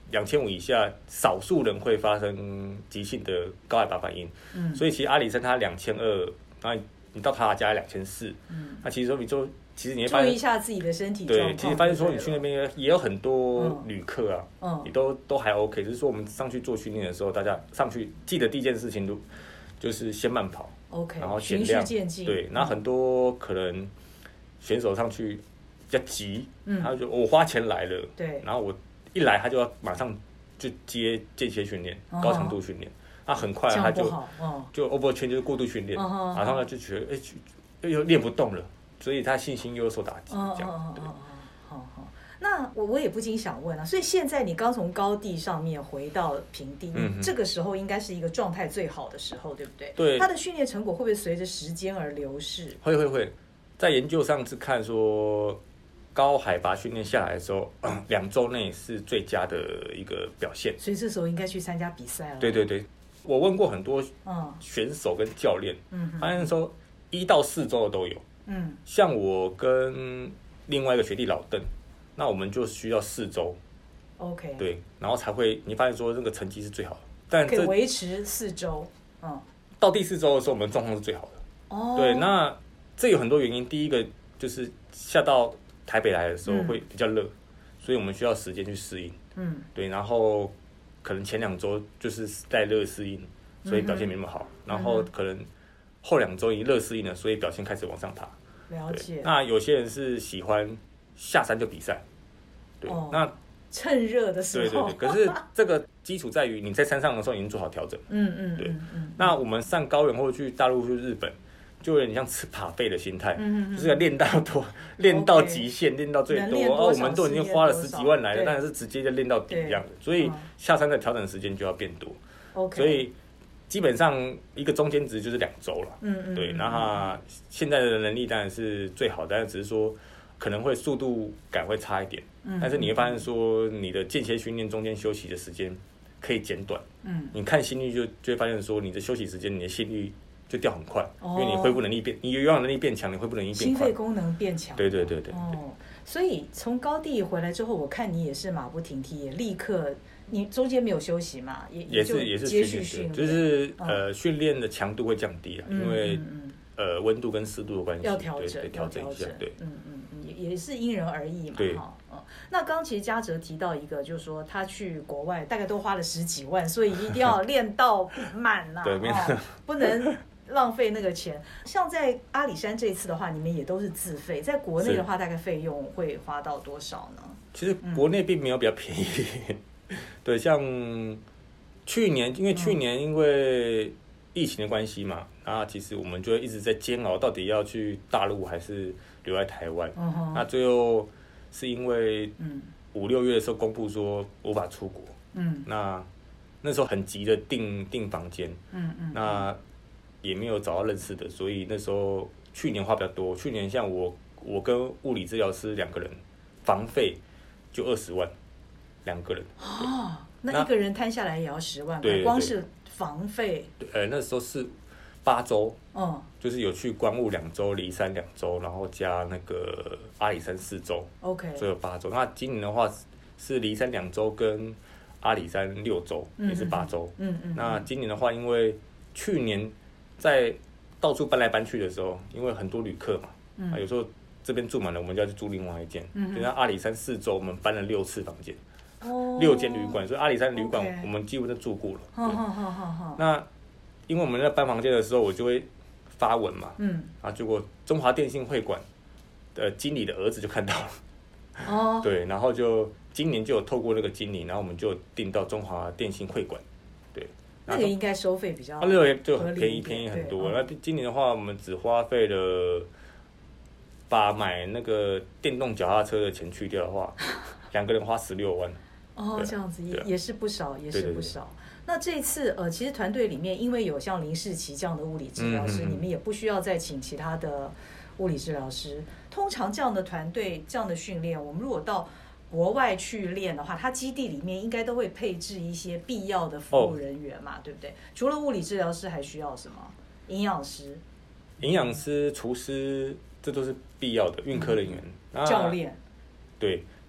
两千五以下，少数人会发生急性的高海拔反应。 嗯， 所以其实阿里山它两千二，然后你到塔塔加两千四，嗯，那其实说你就其实你会发现注意一下自己的身体状况。 对，其实发现说你去那边也有很多旅客啊， 嗯， 你都都还 OK，只是说我们上去做训练的时候，大家上去记得第一件事情就是先慢跑 ，OK， 然后减量， 循序渐进。 对，然后很多可能选手上去比较急， 嗯， 他就我花钱来了， 对， 然后我一来他就要马上就接间歇训练、 哦、 高强度训练，那很快他就、 哦、 就 overtrain 就是过度训练， 哦、 马上他就觉得哎、欸、又练不动了，所以他信心又受打击， 哦、 这样，对。 哦好好，那我我也不禁想问啊，所以现在你刚从高地上面回到平地，嗯、这个时候应该是一个状态最好的时候，对不对？ 对。 他的训练成果会不会随着时间而流逝？ 会会会，在研究上是看说，高海拔训练下来的时候，两周内是最佳的一个表现。 所以这时候应该去参加比赛了。 对对对，我问过很多选手跟教练，嗯，发现说一到四周的都有。嗯，像我跟另外一个学弟老邓，那我们就需要四周 ，OK， 对，然后才会你发现说那个成绩是最好的，但可以维持四周，嗯， 到第四周的时候，我们状况是最好的。哦，对，那这有很多原因，第一个就是下到台北来的时候会比较热，嗯、所以我们需要时间去适应，嗯，对，然后可能前两周就是在热适应，所以表现没那么好，嗯、然后可能后两周已经热适应了，所以表现开始往上爬。 了解。 那有些人是喜欢下山就比赛，对，哦、那趁热的时候。 对对对。可是这个基础在于你在山上的时候已经做好调整。嗯嗯。对。嗯。那我们上高原或者去大陆去日本，就有点像吃扒费的心态，嗯嗯，就是要练到多，练到极限，练到最多。哦，我们都已经花了十几万来了，当然是直接就练到底这样的。所以下山的调整时间就要变多。OK。所以。基本上一个中间值就是两周了，嗯嗯，对，那他现在的能力当然是最好的，但是只是说可能会速度感会差一点，嗯，但是你会发现说你的间歇训练中间休息的时间可以减短，嗯，你看心率就就会发现说你的休息时间你的心率就掉很快，哦、因为你恢复能力变，你有氧能力变强，你恢复能力变快， 心肺功能变强， 对对对 对, 对， 哦，所以从高地回来之后，我看你也是马不停蹄，也立刻。你中间没有休息嘛？也也是也是接续训练， 就是呃训练的强度会降低啊，因为呃温度跟湿度的关系， 要调整， 对调整一下，对， 嗯嗯嗯，也也是因人而异嘛，哈，嗯。那刚其实嘉哲提到一个，就是说他去国外大概都花了十几万，所以一定要练到满呐， 对， 不能浪费那个钱。像在阿里山这一次的话，你们也都是自费，在国内的话，大概费用会花到多少呢？ 其实国内并没有比较便宜。对，像去年，因为去年因为疫情的关系嘛，那其实我们就一直在煎熬，到底要去大陆还是留在台湾。Uh-huh. 那最后是因为五六月的时候公布說無法出國，嗯，那那時候很急的訂訂房間，嗯嗯，那也沒有找到認識的，所以那時候去年花比較多。去年像我我跟物理治療師兩個人，房費就二十萬，兩個人。 哦，那一個人攤下來也要十萬塊，光是房費。 呃，那時候是八周，嗯，就是有去觀霧兩周，梨山兩周，然後加那個阿里山四周 ，OK， 所以有八周。那今年的話是梨山兩周跟阿里山六周，嗯、也是八周。嗯 嗯, 嗯。那今年的話，因為去年在到處搬來搬去的時候，因為很多旅客嘛，嗯、啊，有時候這邊住滿了，我們就要去住另外一間。嗯。就像阿里山四周，我們搬了六次房間，哦，六間旅館，所以阿里山旅館我們幾乎都住過了。好好好好好。那因為我們在搬房間的時候，我就會發文嘛，嗯，啊，結果中華電信會館的經理的兒子就看到了，哦，對，然後就今年就有透過那個經理，然後我們就訂到中華電信會館，對， 那個應該收費比較合理，那個就很便宜，便宜很多。那今年的話，我們只花費了把買那個電動腳踏車的錢去掉的話，兩個人花十六萬。 哦，這樣子也也是不少，也是不少。那這次呃，其實團隊裡面因為有像林世奇這樣的物理治療師，嗯、你們也不需要再請其他的物理治療師。通常這樣的團隊這樣的訓練，我們如果到國外去練的話，它基地裡面應該都會配置一些必要的服務人員嘛，哦、對不對？除了物理治療師，還需要什麼？營養師、 營養師、廚師，這都是必要的。運科人員、 嗯、教練， 對。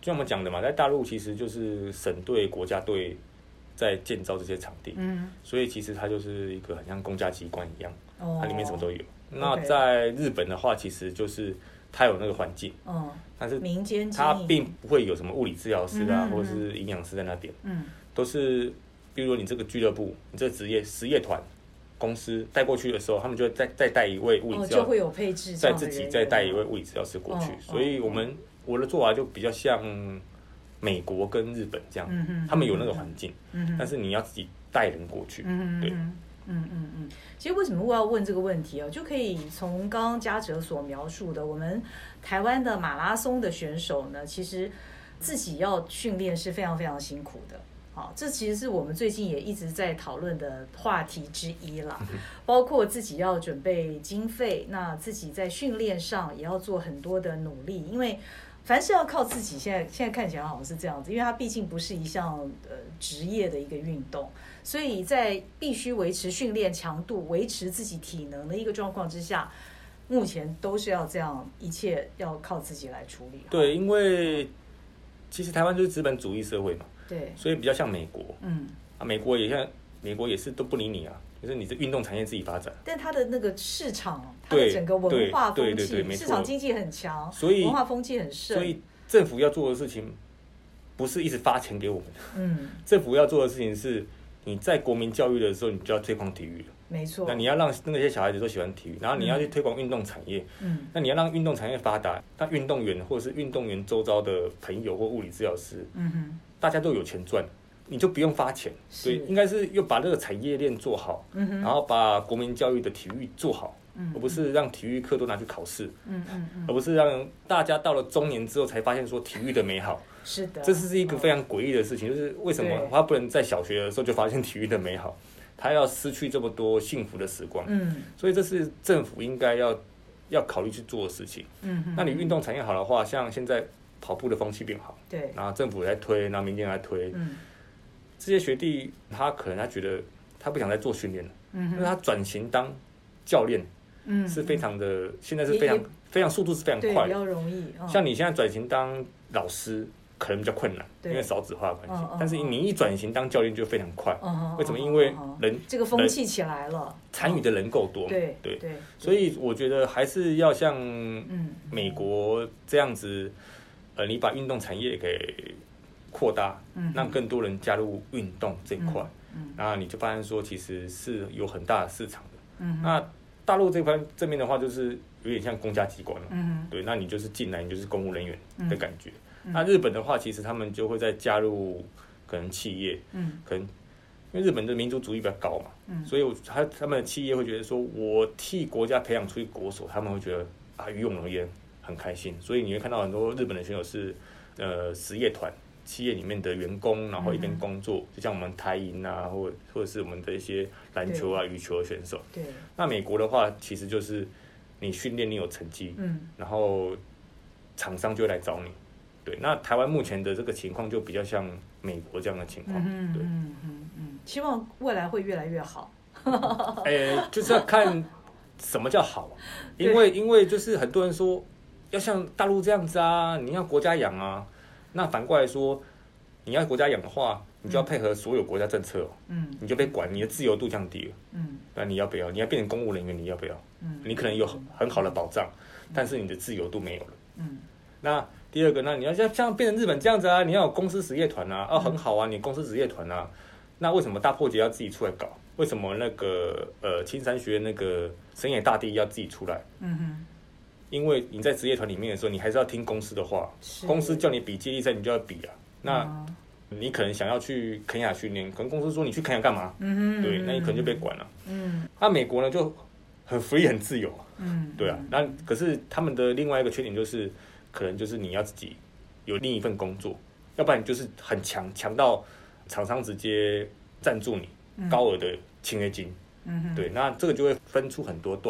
就像我们讲的嘛，在大陆其实就是省队、国家队在建造这些场地，嗯，所以其实它就是一个很像公家机关一样，哦，它里面什么都有。那在日本的话，其实就是它有那个环境，哦，但是民间它并不会有什么物理治疗师啊，嗯、或者是营养师在那边，嗯，都是比如说你这个俱乐部，你这个职业实业团公司带过去的时候，他们就会再再带一位物理治疗师， 哦，就会有配置， 再自己再带一位物理治疗师过去，哦，所以我们、哦、我的做法就比较像美国跟日本这样，嗯、他们有那个环境，嗯、但是你要自己带人过去，嗯、对。 嗯嗯嗯，其实为什么我要问这个问题啊？就可以从刚刚嘉哲所描述的，我们台湾的马拉松的选手呢，其实自己要训练是非常非常辛苦的。好，这其实是我们最近也一直在讨论的话题之一啦。包括自己要准备经费，那自己在训练上也要做很多的努力，因为凡是要靠自己，现在现在看起来好像是这样子，因为它毕竟不是一项呃职业的一个运动，所以在必须维持训练强度、维持自己体能的一个状况之下，目前都是要这样，一切要靠自己来处理。 对，因为其实台湾就是资本主义社会嘛， 对， 所以比较像美国，嗯，啊，美国也像美国也是都不理你啊。就是你的运动产业自己发展， 但它的那个市场，它的整个文化风气，市场经济很强， 所以文化风气很盛。 所以政府要做的事情，不是一直发钱给我们的，嗯，政府要做的事情是，你在国民教育的时候，你就要推广体育了， 没错。 那你要让那些小孩子都喜欢体育，然后你要去推广运动产业，嗯，那你要让运动产业发达，那运动员或者是运动员周遭的朋友或物理治疗师，嗯哼，大家都有钱赚。你就不用发钱，所以应该是又把这个产业链做好，嗯、然后把国民教育的体育做好，嗯、而不是让体育课都拿去考试，嗯嗯嗯、而不是让大家到了中年之后才发现说体育的美好。 是的， 这是一个非常诡异的事情，就是为什么他不能在小学的时候就发现体育的美好，他要失去这么多幸福的时光？嗯，所以这是政府应该要要考虑去做的事情。嗯，那你运动产业好的话，像现在跑步的风气变好， 对， 然后政府来推，然后民间来推，嗯。这些学弟他可能他觉得他不想再做训练了，嗯、因为他转型当教练，嗯、是非常的，现在是非常非常速度是非常快的， 比较容易。哦、 像你现在转型当老师可能比较困难，因为少子化的关系。哦、但是你一转型当教练就非常快，哦、为什么？因为人、哦、 这个风气起来了， 参与的人够多， 对对对，所以我觉得还是要像美国这样子，呃，你把运动产业给扩大，让更多人加入运动这一块，嗯，然后你就发现说，其实是有很大的市场的。嗯，那大陆这块这边的话，就是有点像公家机关了，嗯，对，那你就是进来，你就是公务人员的感觉。嗯、那日本的话，其实他们就会再加入可能企业，嗯，可能因为日本的民族主义比较高嘛，嗯，所以我他他们的企业会觉得说，我替国家培养出一国手，他们会觉得啊，于我而言很开心。所以你会看到很多日本的选手是呃实业团。企业里面的员工，然后一边工作，就像我们台银啊，或或者是我们的一些篮球啊、羽球的选手。 对。 那美国的话，其实就是你训练你有成绩，嗯，然后厂商就会来找你。对。那台湾目前的这个情况就比较像美国这样的情况。嗯对嗯嗯嗯，希望未来会越来越好。 哎、欸，就是要看什么叫好，因为因为就是很多人说要像大陆这样子啊，你要国家养啊。那反过来说，你要国家养的话，你就要配合所有国家政策，嗯，你就被管，你的自由度降低了，嗯，那你要不要？你要变成公务人员，你要不要？嗯，你可能有很好的保障，嗯、但是你的自由度没有了，嗯。那第二个呢，你要像像变成日本这样子啊，你要有公司实业团啊，哦，很好啊，你公司实业团啊，那为什么大破节要自己出来搞？为什么那个呃青山学那个神野大地要自己出来？嗯哼。因为你在职业团里面的时候，你还是要听公司的话。公司叫你比接力赛，你就要比啊。那你可能想要去肯亚训练，可能公司说你去肯亚干嘛？嗯、对，那你可能就被管了。嗯，那美国呢就很 free 很自由。嗯，对啊。那可是他们的另外一个缺点就是，可能就是你要自己有另一份工作，要不然你就是很强，强到厂商直接赞助你高额的签约金。嗯，对，那这个就会分出很多段了。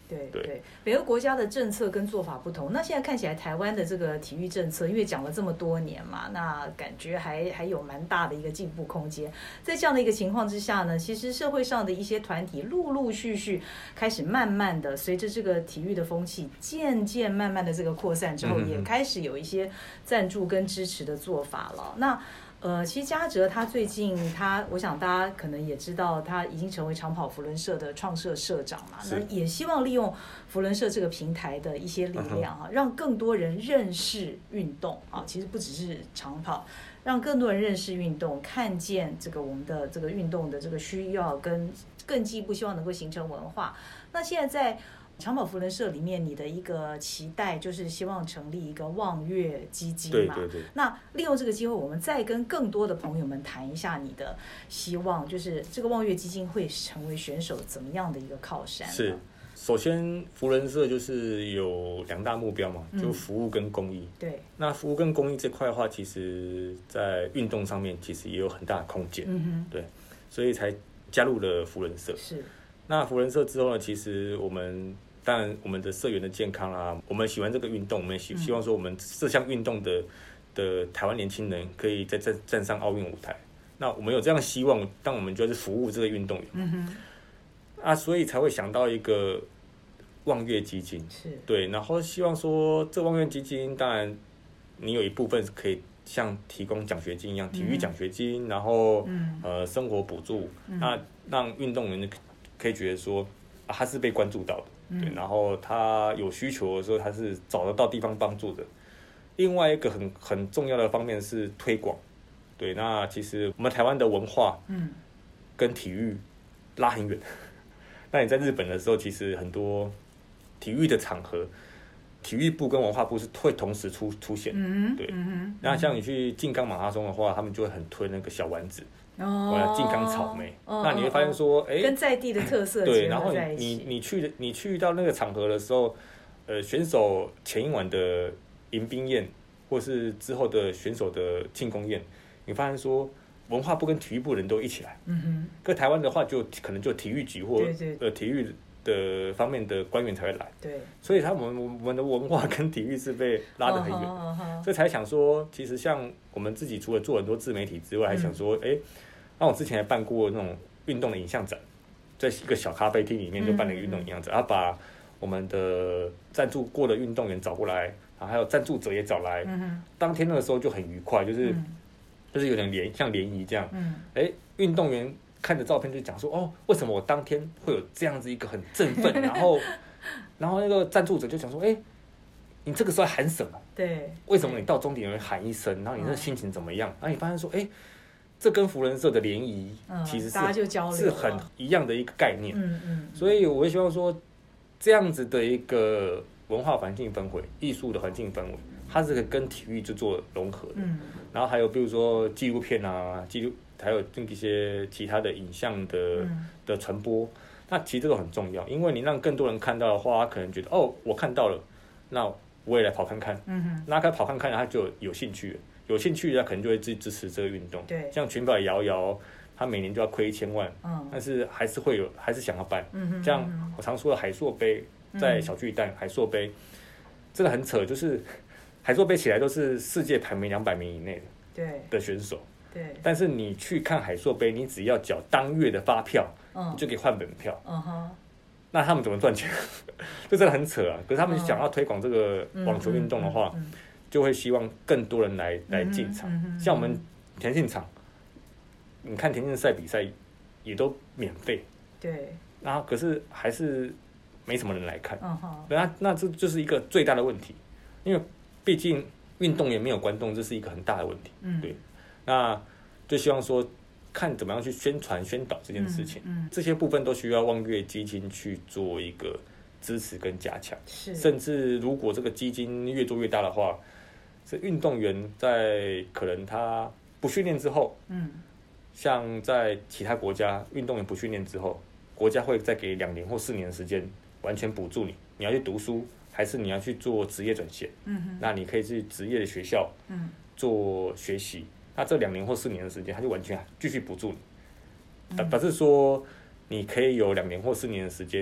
对对对，每个国家的政策跟做法不同。那现在看起来台湾的这个体育政策，因为讲了这么多年嘛，那感觉还还有蛮大的一个进步空间。在这样的一个情况之下呢，其实社会上的一些团体陆陆续续开始慢慢的随着这个体育的风气渐渐慢慢的这个扩散之后，也开始有一些赞助跟支持的做法了。那呃，其实嘉哲他最近他，我想大家可能也知道，他已经成为长跑扶轮社的创社社长嘛，那也希望利用扶轮社这个平台的一些力量啊，让更多人认识运动啊，其实不只是长跑，让更多人认识运动，看见这个我们的这个运动的这个需要，跟更进一步希望能够形成文化。那现在在长跑扶轮社里面，你的一个期待就是希望成立一个望月基金嘛？ 对对对。 那利用这个机会，我们再跟更多的朋友们谈一下你的希望，就是这个望月基金会成为选手怎么样的一个靠山？ 是，首先扶轮社就是有两大目标嘛，就服务跟公益。嗯、 对。 那服务跟公益这块的话，其实在运动上面其实也有很大的空间。嗯哼。对，所以才加入了扶轮社。 是。 那扶轮社之后呢，其实我们。当然，我们的社员的健康啊，我们喜欢这个运动，我们希希望说我们这项运动的的台湾年轻人可以再站站上奥运舞台。那我们有这样希望，但我们就是服务这个运动员。嗯哼。啊，所以才会想到一个望月基金。是。对，然后希望说这望月基金，当然你有一部分可以像提供奖学金一样，体育奖学金，嗯、然后、嗯、呃生活补助，嗯、那让运动员可以觉得说、啊、他是被关注到的。对，然后他有需求的时候，他是找得到地方帮助的。另外一个很很重要的方面是推广。对，那其实我们台湾的文化，嗯，跟体育拉很远。那你在日本的时候，其实很多体育的场合，体育部跟文化部是会同时出出现。嗯对，嗯那像你去静冈马拉松的话，他们就会很推那个小丸子。哦，静冈草莓，哦、那你会发现说，哎、哦， 跟在地的特色对，然后你你去你去到那个场合的时候，呃，选手前一晚的迎宾宴，或是之后的选手的庆功宴，你发现说，文化部跟体育部人都一起来，嗯哼，可台湾的话就可能就体育局或对对呃体育的方面的官员才会来，对，所以他们我们的文化跟体育是被拉得很远，哦哦哦、所以才想说，其实像我们自己除了做很多自媒体之外，还想说，哎、嗯。那我之前还办过那种运动的影像展，在一个小咖啡厅里面就办了一个运动影像展，然后把我们的赞助过的运动员找过来，然后还有赞助者也找来。嗯、当天那个时候就很愉快，就是、嗯、就是有点联像联谊这样。哎、嗯，运动员看着照片就讲说，哦，为什么我当天会有这样子一个很振奋？然后，然后那个赞助者就讲说，哎，你这个时候喊什么？对，为什么你到终点会喊一声？然后你那心情怎么样？然后你发现说，哎。这跟扶轮社的联谊其实是、嗯、是很一样的一个概念，嗯嗯，所以我会希望说，这样子的一个文化环境氛围、艺术的环境氛围，它是可以跟体育就做融合的。嗯，然后还有比如说纪录片啊，纪录还有一些其他的影像的、嗯、的传播，那其实这个很重要，因为你让更多人看到的话，他可能觉得哦，我看到了，那我也来跑看看，嗯哼，那他跑看看，他就有兴趣了。有兴趣的可能就会支支持这个运动，对，像全百摇摇，他每年就要亏一千万，嗯，但是还是会有，还是想要办，嗯哼，像我常说的海硕杯，在小巨蛋、嗯、海硕杯，这个很扯，就是海硕杯起来都是世界排名两百名以内的，对的选手，对，但是你去看海硕杯，你只要缴当月的发票，嗯，你就可以换门票，嗯哼，那他们怎么赚钱？就真的很扯啊！可是他们想要推广这个网球运动的话。嗯嗯嗯嗯就会希望更多人来来进场，嗯嗯、像我们田径场，你看田径赛比赛也都免费，对，然后可是还是没什么人来看，嗯、那那这就是一个最大的问题，因为毕竟运动员没有观众，这是一个很大的问题，嗯、对，那就希望说看怎么样去宣传宣导这件事情，嗯嗯、这些部分都需要望月基金去做一个支持跟加强，甚至如果这个基金越做越大的话。是运动员在可能他不训练之后，嗯，像在其他国家，运动员不训练之后，国家会再给两年或四年的时间，完全补助你。你要去读书，还是你要去做职业转线？嗯哼，那你可以去职业的学校，嗯，做学习。那这两年或四年的时间，他就完全继续补助你。表示说，你可以有两年或四年的时间，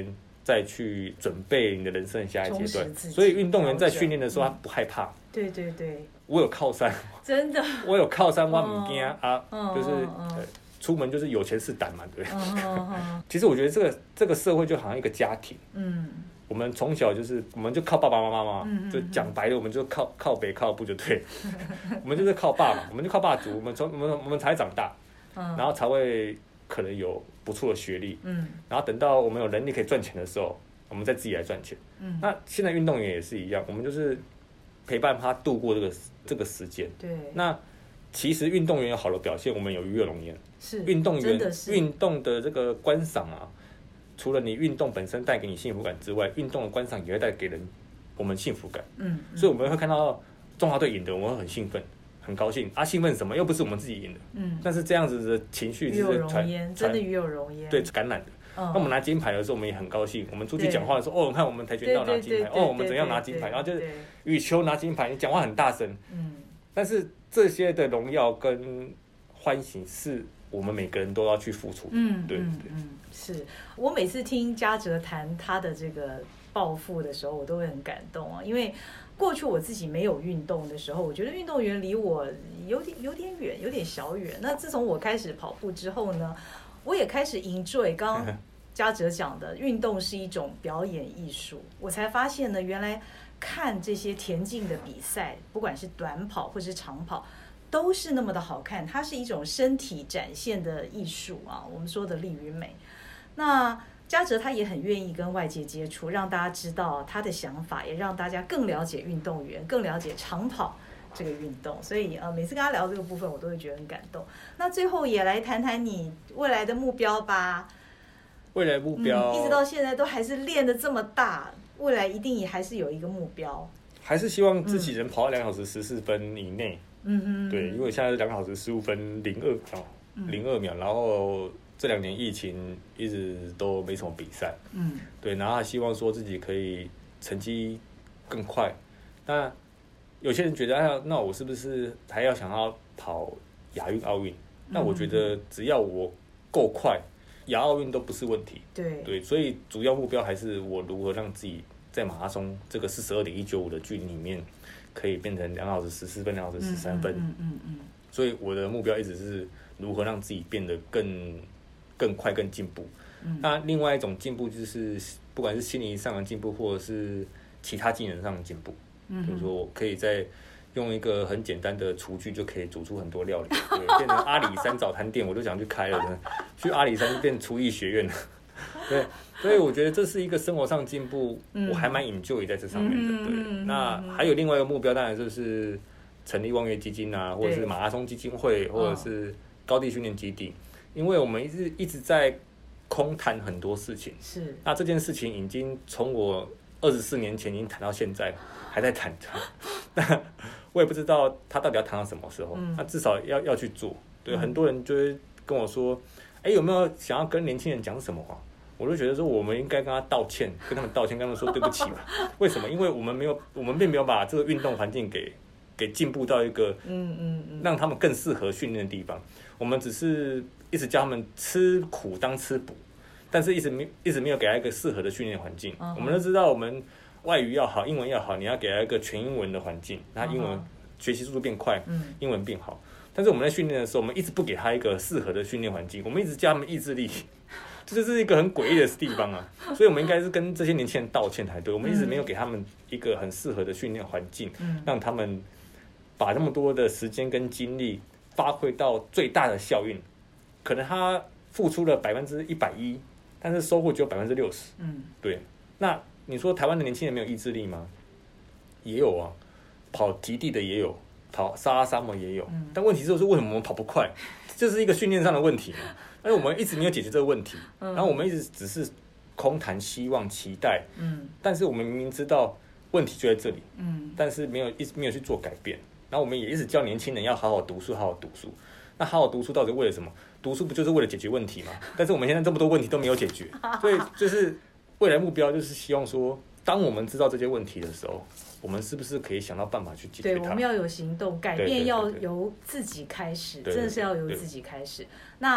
再去准备你的人生的下一阶段。所以运动员在训练的时候，他不害怕。 对对对， 我有靠山， 真的， 我有靠山，我不怕啊，就是、呃、出门就是有钱是胆嘛，对不对？其实我觉得这个这个社会就好像一个家庭，嗯，我们从小就是我们就靠爸爸妈妈嘛，嗯、就讲白了，我们就靠靠北靠部就对，我们就是靠爸嘛，我们就靠爸族，我们从我们我们才长大，然后才会可能有不错的学历，嗯，然后等到我们有能力可以赚钱的时候，我们再自己来赚钱，嗯，那现在运动员也是一样，我们就是陪伴他度过这个这个时间， 对， 那其实运动员有好的表现，我们有鱼有龙焉，是运动员运动的这个观赏啊。除了你运动本身带给你幸福感之外，运动的观赏也会带给人我们幸福感。嗯，嗯所以我们会看到中华队赢的，我们会很兴奋、很高兴。啊，兴奋什么？又不是我们自己赢的。嗯，但是这样子的情绪与有荣焉，真的与有荣焉。 对，感染的。嗯、那我们拿金牌的时候，我们也很高兴。我们出去讲话的时候，哦，看我们跆拳道拿金牌，哦，我们怎样拿金牌，然后就是羽球拿金牌，你讲话很大声。嗯，但是这些的荣耀跟欢喜是。我们每个人都要去付出。嗯，对对、 嗯，是我每次听嘉哲谈他的这个抱负的时候，我都会很感动啊。因为过去我自己没有运动的时候，我觉得运动员离我有点有点远，有点小远。那自从我开始跑步之后呢，我也开始 enjoy 刚刚嘉哲讲的，运动是一种表演艺术。我才发现呢，原来看这些田径的比赛，不管是短跑或是长跑。都是那么的好看，它是一种身体展现的艺术啊，我们说的力与美。那嘉哲他也很愿意跟外界接触，让大家知道他的想法，也让大家更了解运动员，更了解长跑这个运动。所以呃，每次跟他聊这个部分，我都会觉得很感动。那最后也来谈谈你未来的目标吧。 未来目标、 嗯、一直到现在都还是练得这么大，未来一定也还是有一个目标， 还是希望自己能跑到两小时十四分以内。嗯哼，对，因为现在是两小时十五分零二秒，零二秒，然后这两年疫情一直都没什么比赛，嗯，对，然后希望说自己可以成绩更快。那有些人觉得，哎，那我是不是还要想要跑亚运、奥运？那我觉得只要我够快，亚奥运都不是问题。 对对，所以主要目标还是我如何让自己在马拉松这个四十二点一九五的距离里面。可以变成两小时十四分，两小时十三分。嗯嗯嗯。所以我的目标一直是如何让自己变得更更快、更进步。嗯。那另外一种进步就是，不管是心理上的进步，或者是其他技能上的进步。嗯。比如说，我可以在用一个很简单的厨具就可以煮出很多料理，对，变成阿里山早餐店，我都想去开了，去阿里山就变厨艺学院了。对，所以我觉得这是一个生活上进步，嗯、我还蛮 enjoy 在这上面的。对，嗯、那还有另外一个目标，当然就是成立望月基金啊，或者是马拉松基金会，或者是高地训练基地，因为我们一直一直在空谈很多事情。是，那这件事情已经从我二十四年前已经谈到现在，还在谈着。那我也不知道他到底要谈到什么时候，嗯、那至少要要去做。对，嗯、很多人就会跟我说，哎，有没有想要跟年轻人讲什么话？我就觉得说，我们应该跟他道歉，跟他们道歉，跟他们说对不起吧。为什么？因为我们没有，我们并没有把这个运动环境给给进步到一个，嗯嗯嗯，让他们更适合训练的地方。我们只是一直教他们吃苦当吃补，但是一直没一直没有给他一个适合的训练环境。Uh-huh. 我们都知道，我们外语要好，英文要好，你要给他一个全英文的环境，那英文学习速度变快，嗯，英文变好。但是我们在训练的时候，我们一直不给他一个适合的训练环境，我们一直教他们意志力。这就是一个很诡异的地方啊，所以我们应该是跟这些年轻人道歉才对。我们一直没有给他们一个很适合的训练环境，嗯、让他们把那么多的时间跟精力发挥到最大的效应。可能他付出了百分之一百一，但是收获只有百分之六十。嗯，对。那你说台湾的年轻人没有意志力吗？也有啊，跑极地的也有，跑沙拉沙漠也有。嗯、但问题就是为什么我们跑不快？这是一个训练上的问题嘛。但是我们一直没有解决这个问题，嗯、然后我们一直只是空谈希望、期待，嗯、但是我们明明知道问题就在这里，嗯、但是没有一直没有去做改变。然后我们也一直教年轻人要好好读书，好好读书。那好好读书到底为了什么？读书不就是为了解决问题吗？但是我们现在这么多问题都没有解决，所以就是未来目标就是希望说，当我们知道这些问题的时候，我们是不是可以想到办法去解决它？ 对，我们要有行动，改变要由自己开始，真的是要由自己开始。那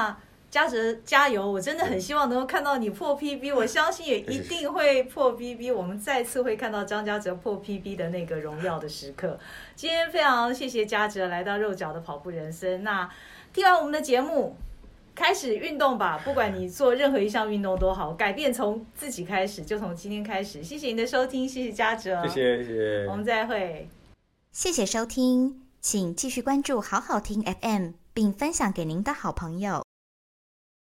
嘉哲加油！我真的很希望能够看到你破 P B， 我相信也一定会破 P B， 我们再次会看到张嘉哲破 P B 的那个荣耀的时刻。今天非常谢谢嘉哲来到肉脚的跑步人生。那听完我们的节目，开始运动吧，不管你做任何一项运动都好，改变从自己开始，就从今天开始。谢谢你的收听，谢谢嘉哲， 谢谢谢谢， 我们再会。 谢谢收听，请继续关注好好听 F M， 并分享给您的好朋友。